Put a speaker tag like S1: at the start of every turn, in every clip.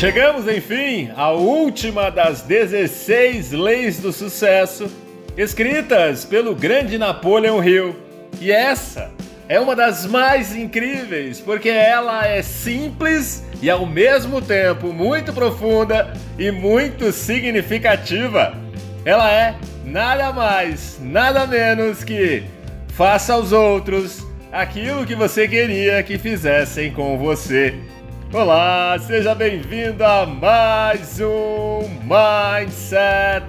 S1: Chegamos, enfim, à última das 16 leis do sucesso escritas pelo grande Napoleon Hill. E essa é uma das mais incríveis, porque ela é simples e ao mesmo tempo muito profunda e muito significativa. Ela é nada mais, nada menos que faça aos outros aquilo que você queria que fizessem com você. Olá, seja bem-vindo a mais um Mindset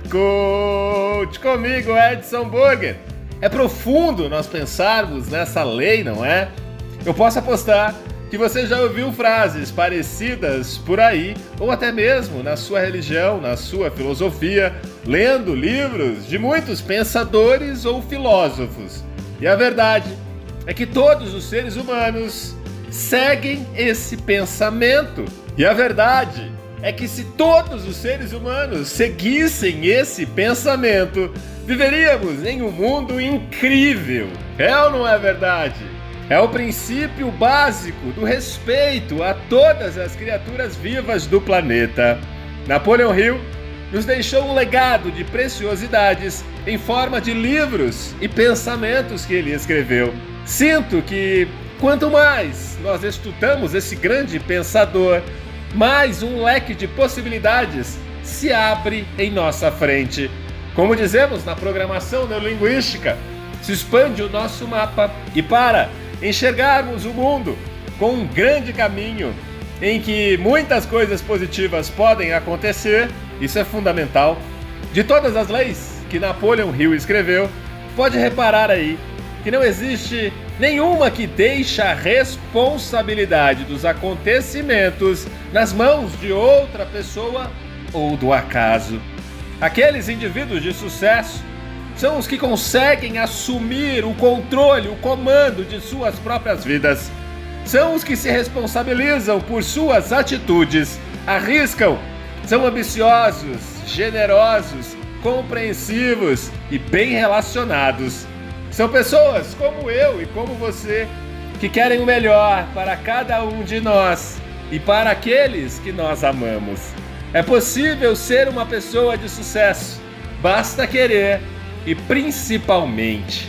S1: Coach comigo, Edson Burger. É profundo nós pensarmos nessa lei, não é? Eu posso apostar que você já ouviu frases parecidas por aí, ou até mesmo na sua religião, na sua filosofia, lendo livros de muitos pensadores ou filósofos. E a verdade é que todos os seres humanos seguem esse pensamento. E a verdade é que se todos os seres humanos seguissem esse pensamento, viveríamos em um mundo incrível. É ou não é verdade? É o princípio básico do respeito a todas as criaturas vivas do planeta. Napoleon Hill nos deixou um legado de preciosidades em forma de livros e pensamentos que ele escreveu. Sinto que quanto mais nós estudamos esse grande pensador, mais um leque de possibilidades se abre em nossa frente. Como dizemos na programação neurolinguística, se expande o nosso mapa e para enxergarmos o mundo com um grande caminho em que muitas coisas positivas podem acontecer, isso é fundamental. De todas as leis que Napoleon Hill escreveu, pode reparar aí que não existe nenhuma que deixe a responsabilidade dos acontecimentos nas mãos de outra pessoa ou do acaso. Aqueles indivíduos de sucesso são os que conseguem assumir o controle, o comando de suas próprias vidas. São os que se responsabilizam por suas atitudes, arriscam, são ambiciosos, generosos, compreensivos e bem relacionados. São pessoas como eu e como você que querem o melhor para cada um de nós e para aqueles que nós amamos. É possível ser uma pessoa de sucesso, basta querer e principalmente,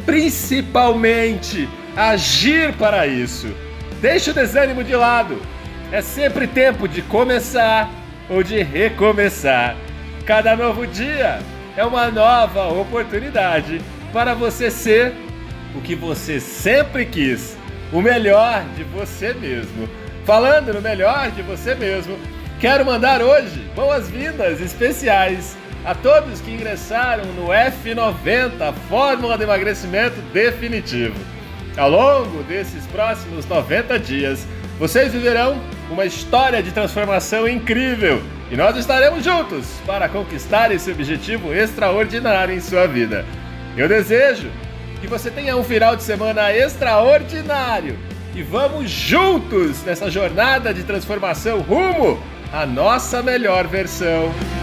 S1: agir para isso. Deixe o desânimo de lado. É sempre tempo de começar ou de recomeçar. Cada novo dia é uma nova oportunidade para você ser o que você sempre quis, o melhor de você mesmo. Falando no melhor de você mesmo, quero mandar hoje boas-vindas especiais a todos que ingressaram no F90, Fórmula de Emagrecimento Definitivo. Ao longo desses próximos 90 dias, vocês viverão uma história de transformação incrível e nós estaremos juntos para conquistar esse objetivo extraordinário em sua vida. Eu desejo que você tenha um final de semana extraordinário e vamos juntos nessa jornada de transformação rumo à nossa melhor versão.